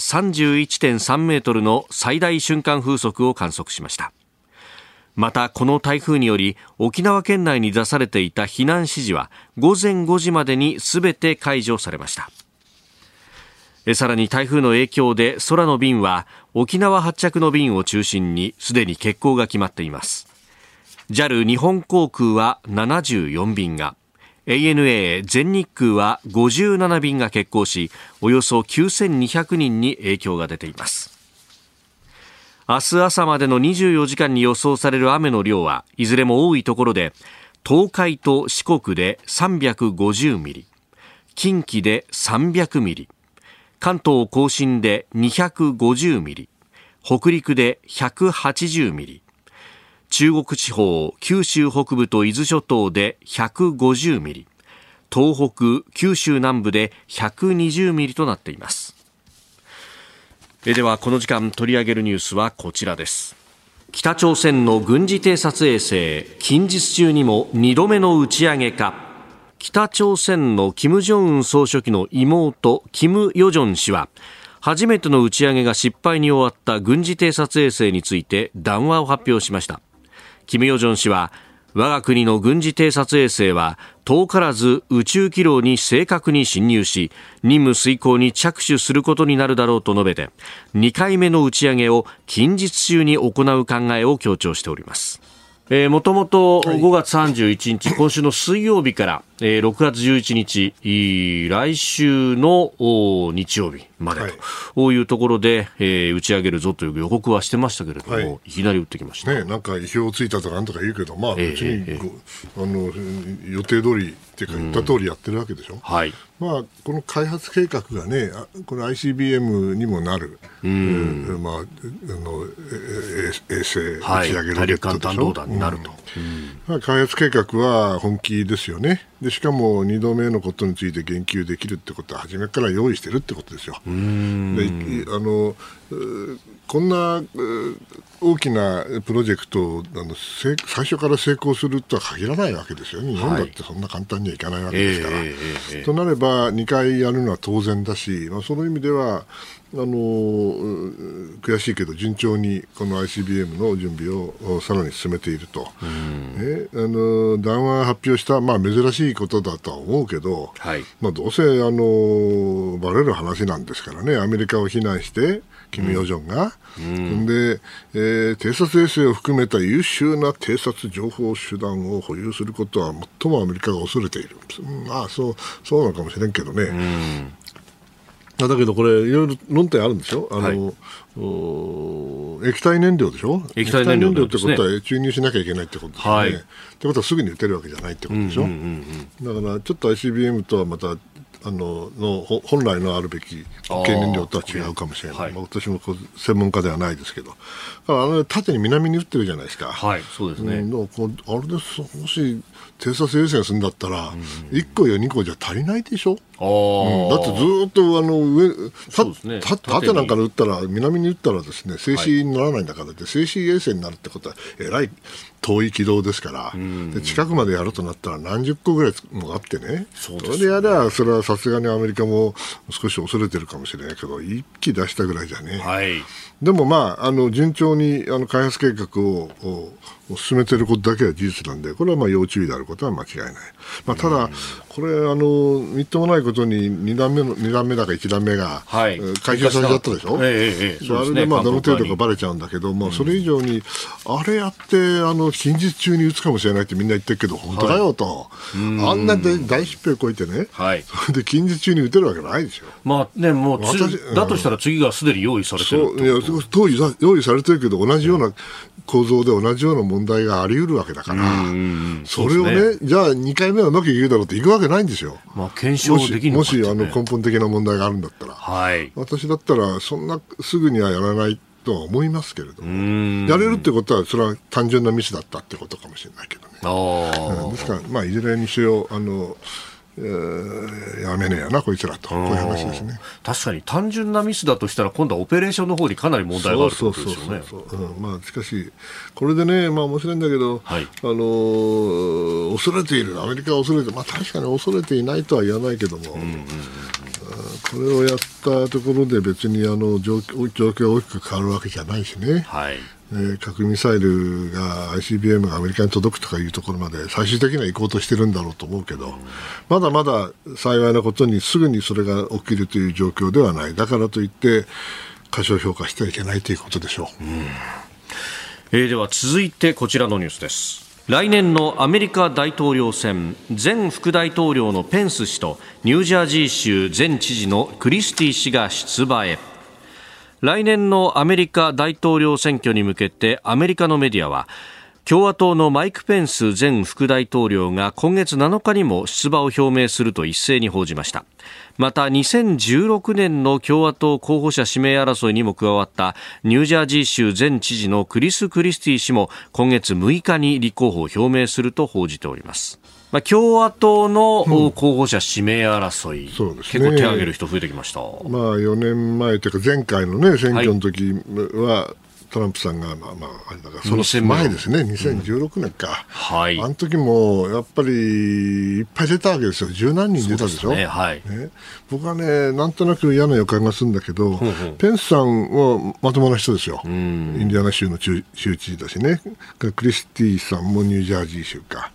31.3 メートルの最大瞬間風速を観測しました。またこの台風により沖縄県内に出されていた避難指示は午前5時までに全て解除されました。さらに台風の影響で空の便は沖縄発着の便を中心にすでに欠航が決まっています。 JAL 日本航空は74便が、ANA 全日空は57便が欠航し、およそ9200人に影響が出ています。明日朝までの24時間に予想される雨の量はいずれも多いところで、東海と四国で350ミリ、近畿で300ミリ、関東甲信で250ミリ、北陸で180ミリ、中国地方、九州北部と伊豆諸島で150ミリ、東北、九州南部で120ミリとなっています。ではこの時間取り上げるニュースはこちらです。北朝鮮の軍事偵察衛星、近日中にも2度目の打ち上げか。北朝鮮の金正恩総書記の妹、金与正氏は初めての打ち上げが失敗に終わった軍事偵察衛星について談話を発表しました。金与正氏は、我が国の軍事偵察衛星は遠からず宇宙軌道に正確に進入し、任務遂行に着手することになるだろうと述べて、2回目の打ち上げを近日中に行う考えを強調しております。もともと5月31日、今週の水曜日から6月11日、来週の日曜日までというところで打ち上げるぞという予告はしてましたけれども、いきなり打ってきました。 なんか意表をついたとかなんとか言うけど、まあ別に予定通りっていうか言った通りやってるわけでしょ。 はい。 まあこの開発計画がね、この ICBM にもなる、まあ衛星打ち上げロケットでしょ。大陸間弾道弾になると。まあ開発計画は本気ですよね。でしかも2度目のことについて言及できるってことは初めから用意してるってことですよ。でこんな大きなプロジェクトを最初から成功するとは限らないわけですよね。日本だってそんな簡単にはいかないわけですから、となれば2回やるのは当然だし、まあ、その意味では悔しいけど順調にこの ICBM の準備をさらに進めていると、談話発表した、まあ、珍しいことだとは思うけど、まあ、どうせバレる話なんですからね。アメリカを非難して金与正が、で偵察衛星を含めた優秀な偵察情報手段を保有することは最もアメリカが恐れている。まあそうなのかもしれんけどね。だけどこれいろいろ論点あるんでしょ。液体燃料でしょ。液体燃料ってことは注入しなきゃいけないってことですよね。ってことはすぐに撃てるわけじゃないってことでしょ。だからちょっと ICBM とはまた本来のあるべき原燃料とは違うかもしれない。私も専門家ではないですけど、縦に南に撃ってるじゃないですか。 そうですね。 あれです。もし偵察衛星がするんだったら、1個や2個じゃ足りないでしょ。だってずっと縦なんかに撃ったら、南に撃ったらですね、静止にならないんだから、静止衛星になるってことはえらい遠い軌道ですから、で近くまでやるとなったら何十個ぐらいもあってね、それでやればそれはさすがにアメリカも少し恐れてるかもしれないけど、一気出したぐらいじゃね。でもまあ順調に開発計画を進めていることだけは事実なんで、これはまあ要注意であることは間違いない。まあ、ただこれみっともないことに2段目だか1段目が、回収されちゃったでしょ。あれでまあどの程度かバレちゃうんだけど、まあ、それ以上にあれやって近日中に撃つかもしれないってみんな言ってるけど、本当だよと、あんな大失敗こいてね、それで近日中に撃てるわけないでしょ。 まあね、もうだとしたら次がすでに用意されてるって当時用意されてるけど、同じような構造で同じような問題があり得るわけだから、それをね、じゃあ2回目はうまくいくだろうっていくわけないんですよ。 まあ、検証できるのかってね、 もし根本的な問題があるんだったら、私だったらそんなすぐにはやらないとは思いますけれども、やれるってことはそれは単純なミスだったってことかもしれないけどね。ですから、いずれにしよやめねえやなこいつらと、こういう話ですね。 確かに単純なミスだとしたら今度はオペレーションの方にかなり問題があるってことですよね。 しかしこれでね、面白いんだけど、はい、恐れているアメリカは恐れて、確かに恐れていないとは言わないけども、これをやったところで別に状況が大きく変わるわけじゃないしね、はい、核ミサイルが ICBM がアメリカに届くとかいうところまで最終的には行こうとしてるんだろうと思うけど、まだまだ幸いなことにすぐにそれが起きるという状況ではない。だからといって過小評価してはいけないということでしょう。 では続いてこちらのニュースです。来年のアメリカ大統領選、前副大統領のペンス氏とニュージャージー州前知事のクリスティ氏が出馬へ。来年のアメリカ大統領選挙に向けてアメリカのメディアは、共和党のマイク・ペンス前副大統領が今月7日にも出馬を表明すると一斉に報じました。また2016年の共和党候補者指名争いにも加わったニュージャージー州前知事のクリス・クリスティ氏も今月6日に立候補を表明すると報じております。共和党の候補者指名争い、結構手を挙げる人増えてきました。 4年前というか前回の、選挙の時は、トランプさんが、あれだからその前ですね、2016年か、あの時もやっぱりいっぱい出たわけですよ。十何人出たでしょ。僕はね、なんとなく嫌な予感がするんだけど、ペンスさんはまともな人ですよ。インディアナ州の州知事だしね。クリスティさんもニュージャージー州か。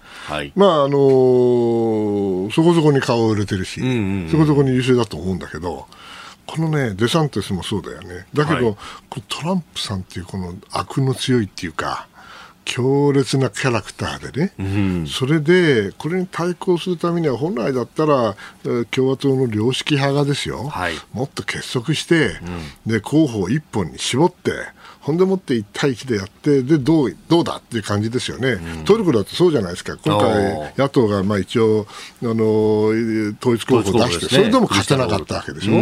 そこそこに顔を売れてるし、そこそこに優秀だと思うんだけど、このね、デサンティスもそうだよね。だけど、このトランプさんっていうこの悪の強いっていうか、強烈なキャラクターでね、それでこれに対抗するためには本来だったら共和党の良識派がですよ、もっと結束して、で候補を一本に絞ってほんでもって1対1でやってでどうだっていう感じですよね。トルコだってそうじだないですか。今回野党が一応統一候補を出して、それでも勝てなかったわけでしょ。だ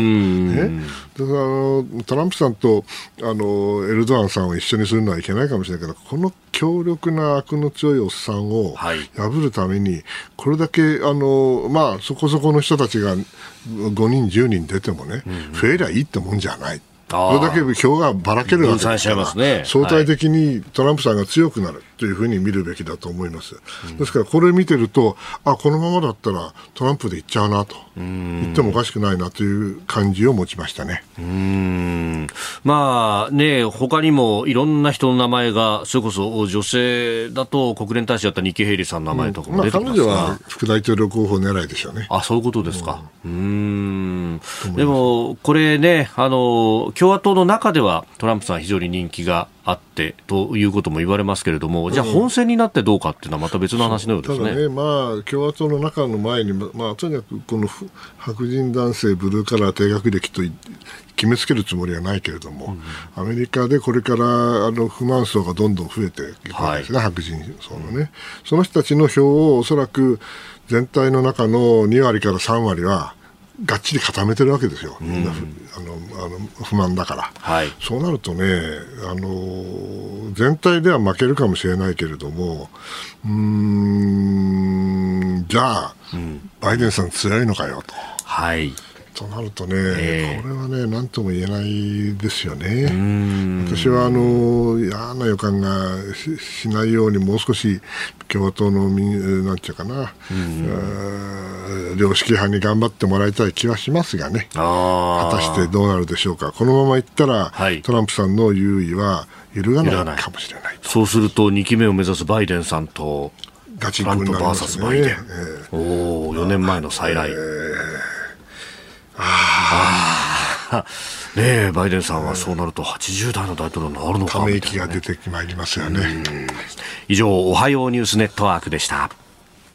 からトランプさんとエルドアンさんを一緒にするのはいけないかもしれないけど、この強力な悪の強いおっさんを破るためにこれだけそこそこの人たちが5人10人出てもね、増えりゃいいってもんじゃない。これだけ票がばらけるわけですから、相対的にトランプさんが強くなるというふうに見るべきだと思います。ですからこれ見てると、このままだったらトランプでいっちゃうなと言ってもおかしくないなという感じを持ちましたね。 他にもいろんな人の名前が、それこそ女性だと国連大使だったニッキー・ヘイリーさんの名前とかも出てきますが、彼女は副大統領候補狙いでしょうね。 そういうことですか。でもこれね、共和党の中ではトランプさん非常に人気があってということも言われますけれども、じゃあ本選になってどうかっていうのはまた別の話のようですね。 ただね、共和党の中の前に、とにかくこの白人男性ブルーカラー低学歴と決めつけるつもりはないけれども、アメリカでこれから不満層がどんどん増えていくわけですね、白人層のね。その人たちの票をおそらく全体の中の2割から3割はがっちり固めてるわけですよ。みんな不満だから、そうなるとね、全体では負けるかもしれないけれども、じゃあ、バイデンさん強いのかよと。となるとね、これはね、何とも言えないですよね。私は嫌な予感が しないように、もう少し共和党のなんていうかな、良識派に頑張ってもらいたい気はしますがね、果たしてどうなるでしょうか。このままいったら、トランプさんの優位は揺るがないかもしれない。 そうすると2期目を目指すバイデンさんとガチンコになりますね。 トランプ VS バイデン、4年前の再来。バイデンさんはそうなると80代の大統領になるのかため息が出てまいりますよね。 以上、おはようニュースネットワークでした。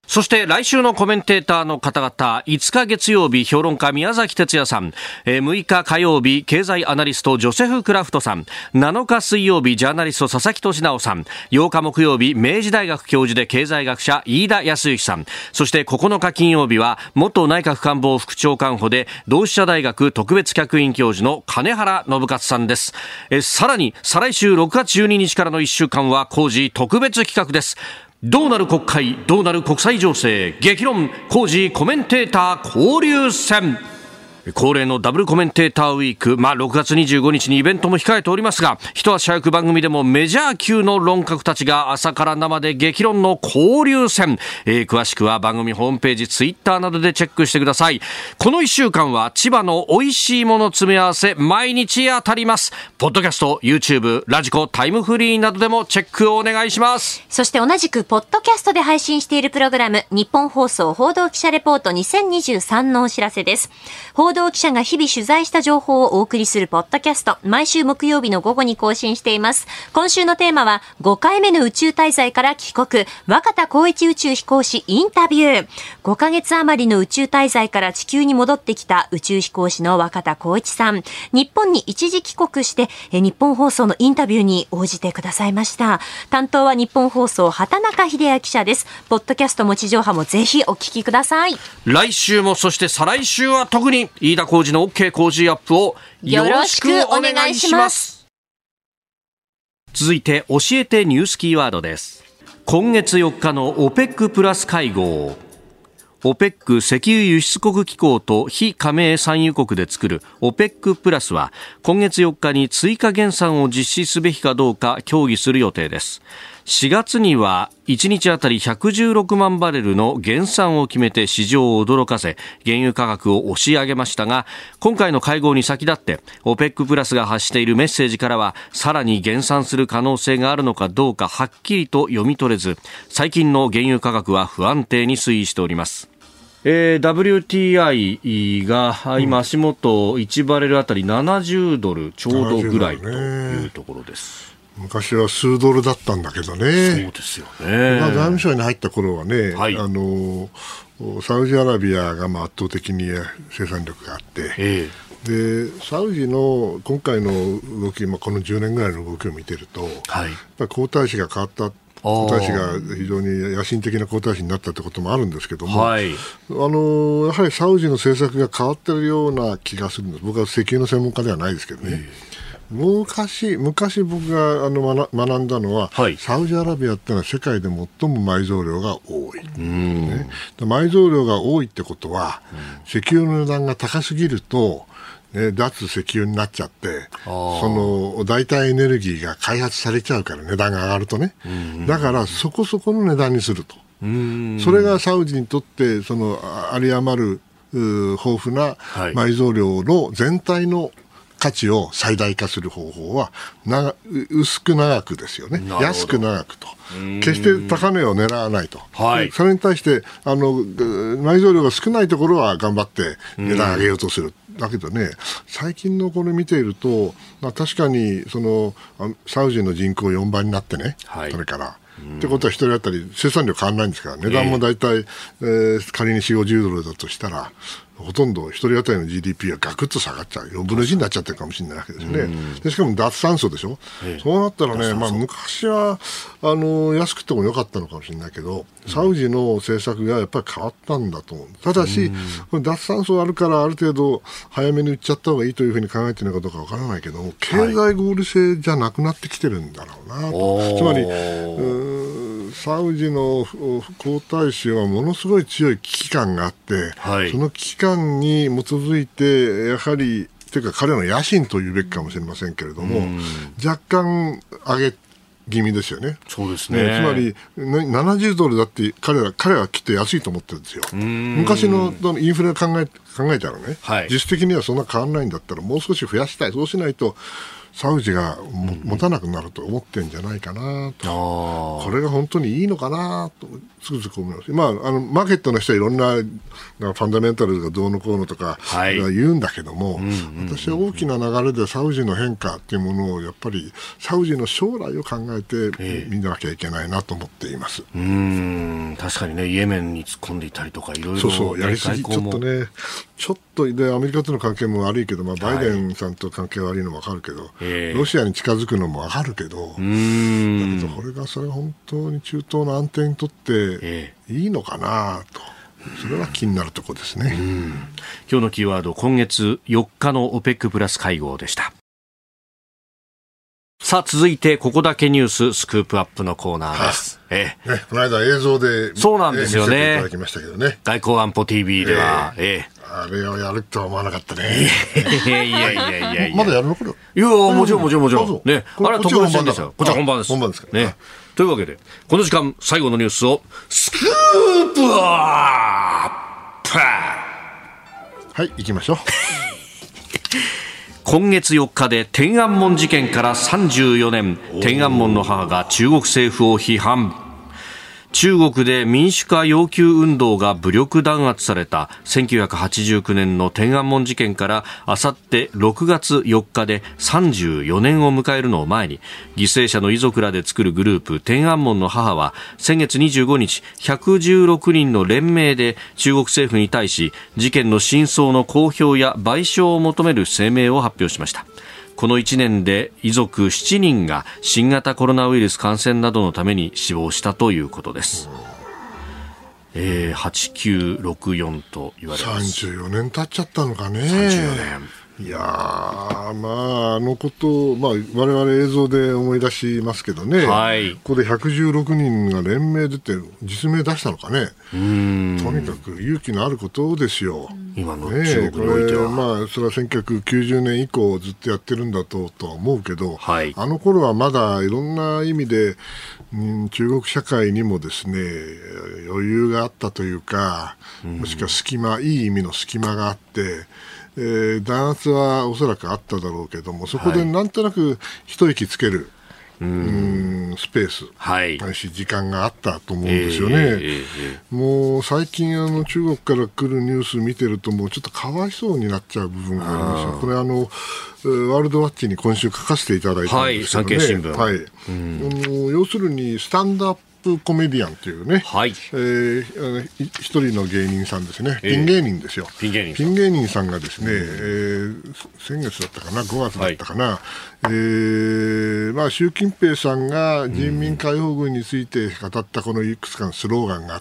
そして来週のコメンテーターの方々、5日月曜日評論家宮崎哲也さん、6日火曜日経済アナリストジョセフ・クラフトさん、7日水曜日ジャーナリスト佐々木俊直さん、8日木曜日明治大学教授で経済学者飯田康之さん、そして9日金曜日は元内閣官房副長官補で同志社大学特別客員教授の金原信勝さんです。さらに再来週6月12日からの1週間は工事特別企画です。どうなる国会、どうなる国際情勢、激論工事コメンテーター交流戦。恒例のダブルコメンテーターウィーク、6月25日にイベントも控えておりますが、一足早く番組でもメジャー級の論客たちが朝から生で激論の交流戦、詳しくは番組ホームページ、ツイッターなどでチェックしてください。この1週間は千葉の美味しいもの詰め合わせ毎日当たります。ポッドキャスト、YouTube、ラジコ、タイムフリーなどでもチェックをお願いします。 そして同じくポッドキャストで配信しているプログラム、日本放送報道記者レポート2023のお知らせです。報道記者が日々取材した情報をお送りするポッドキャスト、毎週木曜日の午後に更新しています。今週のテーマは5回目の宇宙滞在から帰国、若田光一宇宙飛行士インタビュー。5ヶ月余りの宇宙滞在から地球に戻ってきた宇宙飛行士の若田光一さん、日本に一時帰国して日本放送のインタビューに応じてくださいました。担当は日本放送畑中秀也記者です。ポッドキャストも地上波もぜひお聞きください。 来週も、そして再来週は特に飯田浩司の OK 工事アップをよろしくお願いします。続いて教えてニュースキーワードです。今月4日の OPEC プラス会合、OPEC 石油輸出国機構と非加盟産油国で作る OPEC プラスは今月4日に追加減産を実施すべきかどうか協議する予定です。4月には1日あたり116万バレルの減産を決めて市場を驚かせ、原油価格を押し上げましたが、今回の会合に先立って OPEC プラスが発しているメッセージからはさらに減産する可能性があるのかどうかはっきりと読み取れず、最近の原油価格は不安定に推移しております。WTI が今足元1バレルあたり70ドルちょうどぐらいというところです。 昔は数ドルだったんだけどね。 そうですよね。 財務省に入った頃はね、 はい、 サウジアラビアが圧倒的に生産力があって、でサウジの今回の動き、この10年ぐらいの動きを見てると、はい、皇太子が変わった、皇太子が非常に野心的な皇太子になったということもあるんですけども、はい、やはりサウジの政策が変わっているような気がするんです。僕は石油の専門家ではないですけどね。昔僕が学んだのは、はい、サウジアラビアってのは世界で最も埋蔵量が多い、ね、埋蔵量が多いってことは、石油の値段が高すぎると、脱石油になっちゃって、その代替エネルギーが開発されちゃうから値段が上がるとね、だからそこそこの値段にすると、それがサウジにとってその有り余る豊富な埋蔵量の全体の価値を最大化する方法は薄く長くですよね。安く長くと、決して高値を狙わないと、はい、それに対して埋蔵量が少ないところは頑張って値段上げようとする。だけどね、最近のこれ見ていると、確かにサウジの人口4倍になってね、はい、それからってことは1人当たり生産量変わらないんですから、値段もだいたい仮に4、50ドルだとしたら、ほとんど1人当たりの GDP がガクッと下がっちゃう、4分の1になっちゃってるかもしれないわけですよね。でしかも脱炭素でしょ、そうなったらね、昔は安くてもよかったのかもしれないけど、サウジの政策がやっぱり変わったんだと思う。ただし、これ脱炭素あるからある程度早めに売っちゃった方がいいというふうに考えているのかどうかわからないけども、経済合理性じゃなくなってきてるんだろうなと。つまりサウジの皇太子はものすごい強い危機感があって、はい、その危機感に基づいてやはりというか彼の野心というべきかもしれませんけれども、若干上げ気味ですよね。そうですね。つまり70ドルだって彼はきっと安いと思ってるんですよ。昔のインフレ考えたらね、はい、実質的にはそんな変わらないんだったらもう少し増やしたい。そうしないとサウジが持たなくなると思ってるんじゃないかなと、これが本当にいいのかなとつくづく思います。マーケットの人はいろんなファンダメンタルがどうのこうのとか言うんだけども、私は大きな流れでサウジの変化というものをやっぱりサウジの将来を考えて見なきゃいけないなと思っています。 確かにね、イエメンに突っ込んでいたりとかいろいろやりすぎちょっとでアメリカとの関係も悪いけど、バイデンさんと関係悪いのも分かるけど、ロシアに近づくのも分かるけど、だけどそれが本当に中東の安定にとっていいのかなと、それは気になるところですね。 今日のキーワード、今月4日の OPEC プラス会合でした。さあ続いてここだけニューススクープアップのコーナーです。 この間映像でそうなんですよね、 見せていただきましたけどね、 外交安保 TV では、 あれをやるとは思わなかったね。 いやまだやるのこれ。 いやもちろんね、あれは特別編ですよ。こっちは本番です。 本番ですからね。というわけでこの時間最後のニュースをスクープアップ。 はい、行きましょう。 今月4日で天安門事件から34年、天安門の母が中国政府を批判。中国で民主化要求運動が武力弾圧された1989年の天安門事件からあさって6月4日で34年を迎えるのを前に、犠牲者の遺族らで作るグループ天安門の母は先月25日116人の連名で中国政府に対し事件の真相の公表や賠償を求める声明を発表しました。この1年で遺族7人が新型コロナウイルス感染などのために死亡したということです。8964と言われます。 34年経っちゃったのかね。 34年。 いやあのことを、我々映像で思い出しますけどね、ここで116人が連名出て実名出したのかね。とにかく勇気のあることですよ。 今の中国においては、 それは1990年以降ずっとやってるんだとは思うけど、 あの頃はまだいろんな意味で、中国社会にもですね余裕があったというか、もしくはいい意味の隙間があって、弾圧はおそらくあっただろうけども、そこでなんとなく一息つける、スペース、ないし時間があったと思うんですよね。もう最近中国から来るニュース見てるともうちょっとかわいそうになっちゃう部分がありますよ。これワールドワッチに今週書かせていただいたんですけどね、 産経新聞、要するにスタンドアップコメディアンというね、一人の芸人さんですね、ピン芸人ですよ。ピン芸人さんがですね、先月だったかな、5月だったかな、習近平さんが人民解放軍について語ったこのいくつかのスローガンがあって、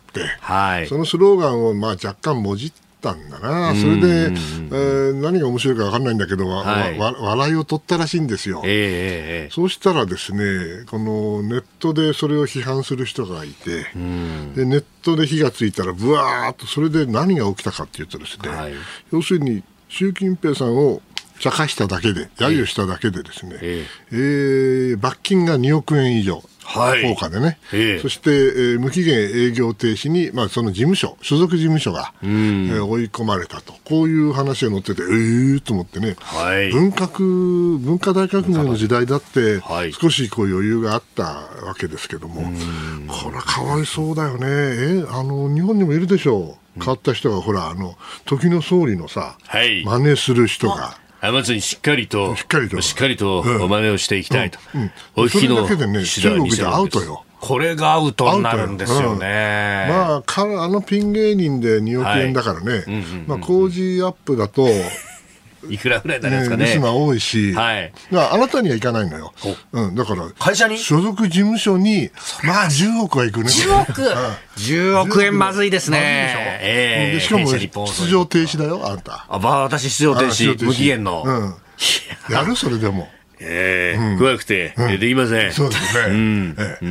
そのスローガンを若干もじったんだな。それで、何が面白いか分かんないんだけど、笑いを取ったらしいんですよ。そうしたらですね、このネットでそれを批判する人がいて、でネットで火がついたらブワーッと、それで何が起きたかっていうとですね、要するに習近平さんを茶化しただけで、揶揄しただけでですね、罰金が2億円以上。効果でね、そして、無期限営業停止に、その所属事務所が、追い込まれたと、こういう話が載ってて、と思ってね、文化大革命の時代だって、少し余裕があったわけですけども、これはかわいそうだよね。日本にもいるでしょう、変わった人が、ほら、時の総理のさ、真似する人が。 まずにしっかりとお真似をしていきたいと。 それだけでね、中国でアウトよ。 これがアウトになるんですよね。 ピン芸人で2億円だからね、工事アップだと、 いくらぐらいになるんですかね。 リスナー多いし、あなたにはいかないのよ。だから会社に所属事務所に10億はいくね。 10億円まずいですね。 しかも出場停止だよ、あなた。 私出場停止、無期限の。 やるそれでも。 怖くてできません。 そうですね。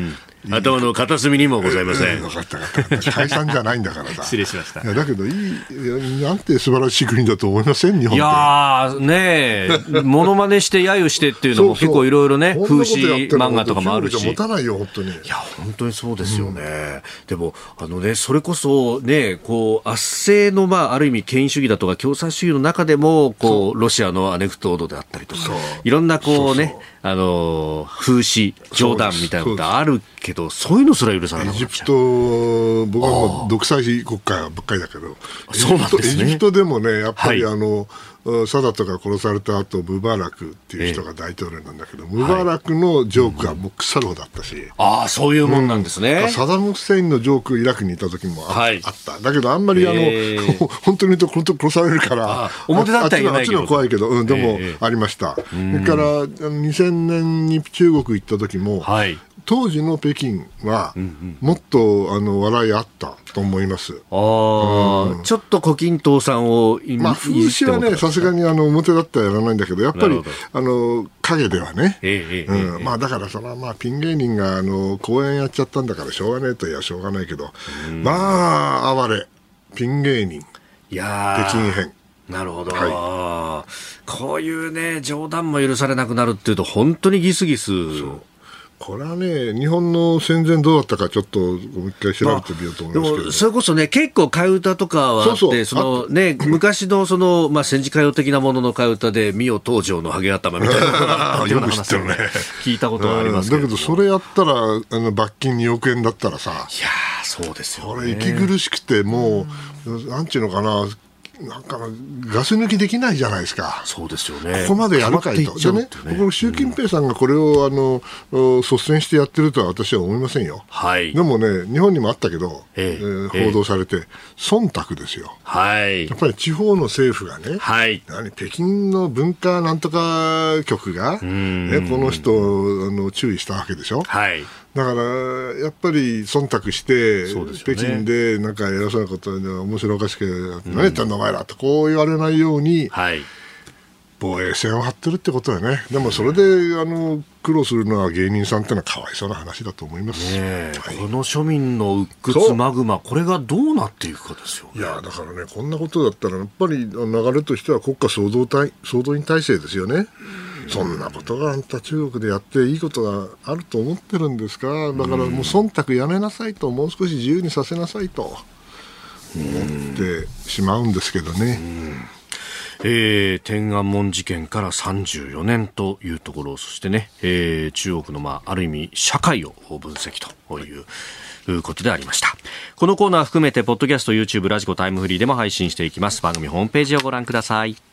頭の片隅にもございません。 分かった分かった。解散じゃないんだからさ。 失礼しました。 いやだけどなんて素晴らしい国だと思いません日本って。 いやーねえモノマネして揶揄してっていうのも結構いろいろね、風刺漫画とかもあるし。 持たないよ本当に。いや本当にそうですよね。でもねそれこそねこう圧政のある意味権威主義だとか共産主義の中でもこうロシアのアネクドートであったりとかいろんなこうね風刺冗談みたいなのってあるけどそういうのすら許されなくなっちゃう。 エジプト僕はもう独裁国家ばっかりだけどそうなんですね。 エジプトでもねやっぱりサダトが殺された後ムバラクっていう人が大統領なんだけど、ムバラクのジョークはもう腐るほどだったし、 そういうもんなんですね。 サダム・フセインのジョークイラクにいた時もあっただけどあんまり本当に言うと殺されるから表だったら言えないけどあっちの怖いけど、でもありました。それから2000年に中国行った時も、当時の北京はもっと笑いあったと思います。ちょっと胡錦涛さんを風刺はねさすがに表だったらやらないんだけどやっぱり影ではね、だからそれはピン芸人が公演やっちゃったんだからしょうがねえといやしょうがないけど、哀れピン芸人北京編。 なるほど、こういうね冗談も許されなくなるっていうと本当にギスギス。 これはね日本の戦前どうだったかちょっともう一回調べてみようと思いますけど、 でもそれこそね結構替え歌とかはあって昔の戦時歌謡的なものの替え歌で御代東条のハゲ頭みたいなよく知ってるね。 聞いたことがありますけど、 だけどそれやったら罰金2億円だったらさ、いやそうですよね。 これ息苦しくてもうなんていうのかななんかガス抜きできないじゃないですか。 そうですよね。 ここまでやるかいと。でね、僕習近平さんがこれを率先してやってるとは私は思いませんよ。でもね日本にもあったけど、報道されて忖度ですよ。やっぱり地方の政府がね、北京の文化なんとか局が、この人を注意したわけでしょ。だからやっぱり忖度して、北京でなんか偉そうなことで面白おかしく何言ってんのお前らとこう言われないように、防衛線を張ってるってことだよね。でもそれで苦労するのは芸人さんってのはかわいそうな話だと思います。 この庶民の鬱屈マグマこれがどうなっていくかですよね。 いやだからねこんなことだったらやっぱり流れとしては国家総動員体制ですよね。そんなことがあんた中国でやっていいことがあると思ってるんですか。だからもう忖度やめなさいともう少し自由にさせなさいと思ってしまうんですけどね。 天安門事件から34年というところ、そしてね、中国のある意味社会を分析ということでありました。このコーナー含めてポッドキャスト YouTube ラジコタイムフリーでも配信していきます。番組ホームページをご覧ください。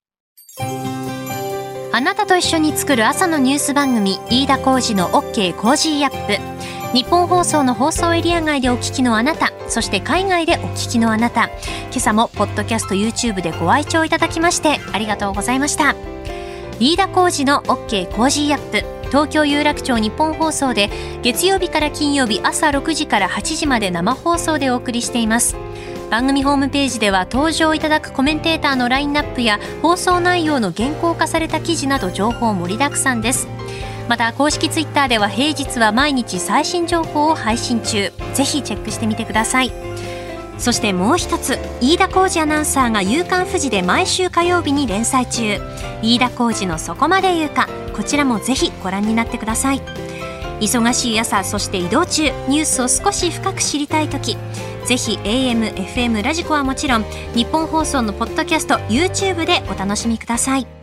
あなたと一緒に作る朝のニュース番組飯田浩司の OK コージーアップ。日本放送の放送エリア外でお聞きのあなた、そして海外でお聞きのあなた、今朝もポッドキャスト YouTube でご愛聴いただきましてありがとうございました。飯田浩司の OK コージーアップ、東京有楽町日本放送で月曜日から金曜日朝6時から8時まで生放送でお送りしています。番組ホームページでは登場いただくコメンテーターのラインナップや放送内容の原稿化された記事など情報盛りだくさんです。また公式ツイッターでは平日は毎日最新情報を配信中、ぜひチェックしてみてください。そしてもう一つ、飯田浩司アナウンサーが夕刊フジで毎週火曜日に連載中、飯田浩司のそこまで言うか、こちらもぜひご覧になってください。忙しい朝、そして移動中、ニュースを少し深く知りたいとき、ぜひ AM、FM、ラジコはもちろん日本放送のポッドキャスト YouTube でお楽しみください。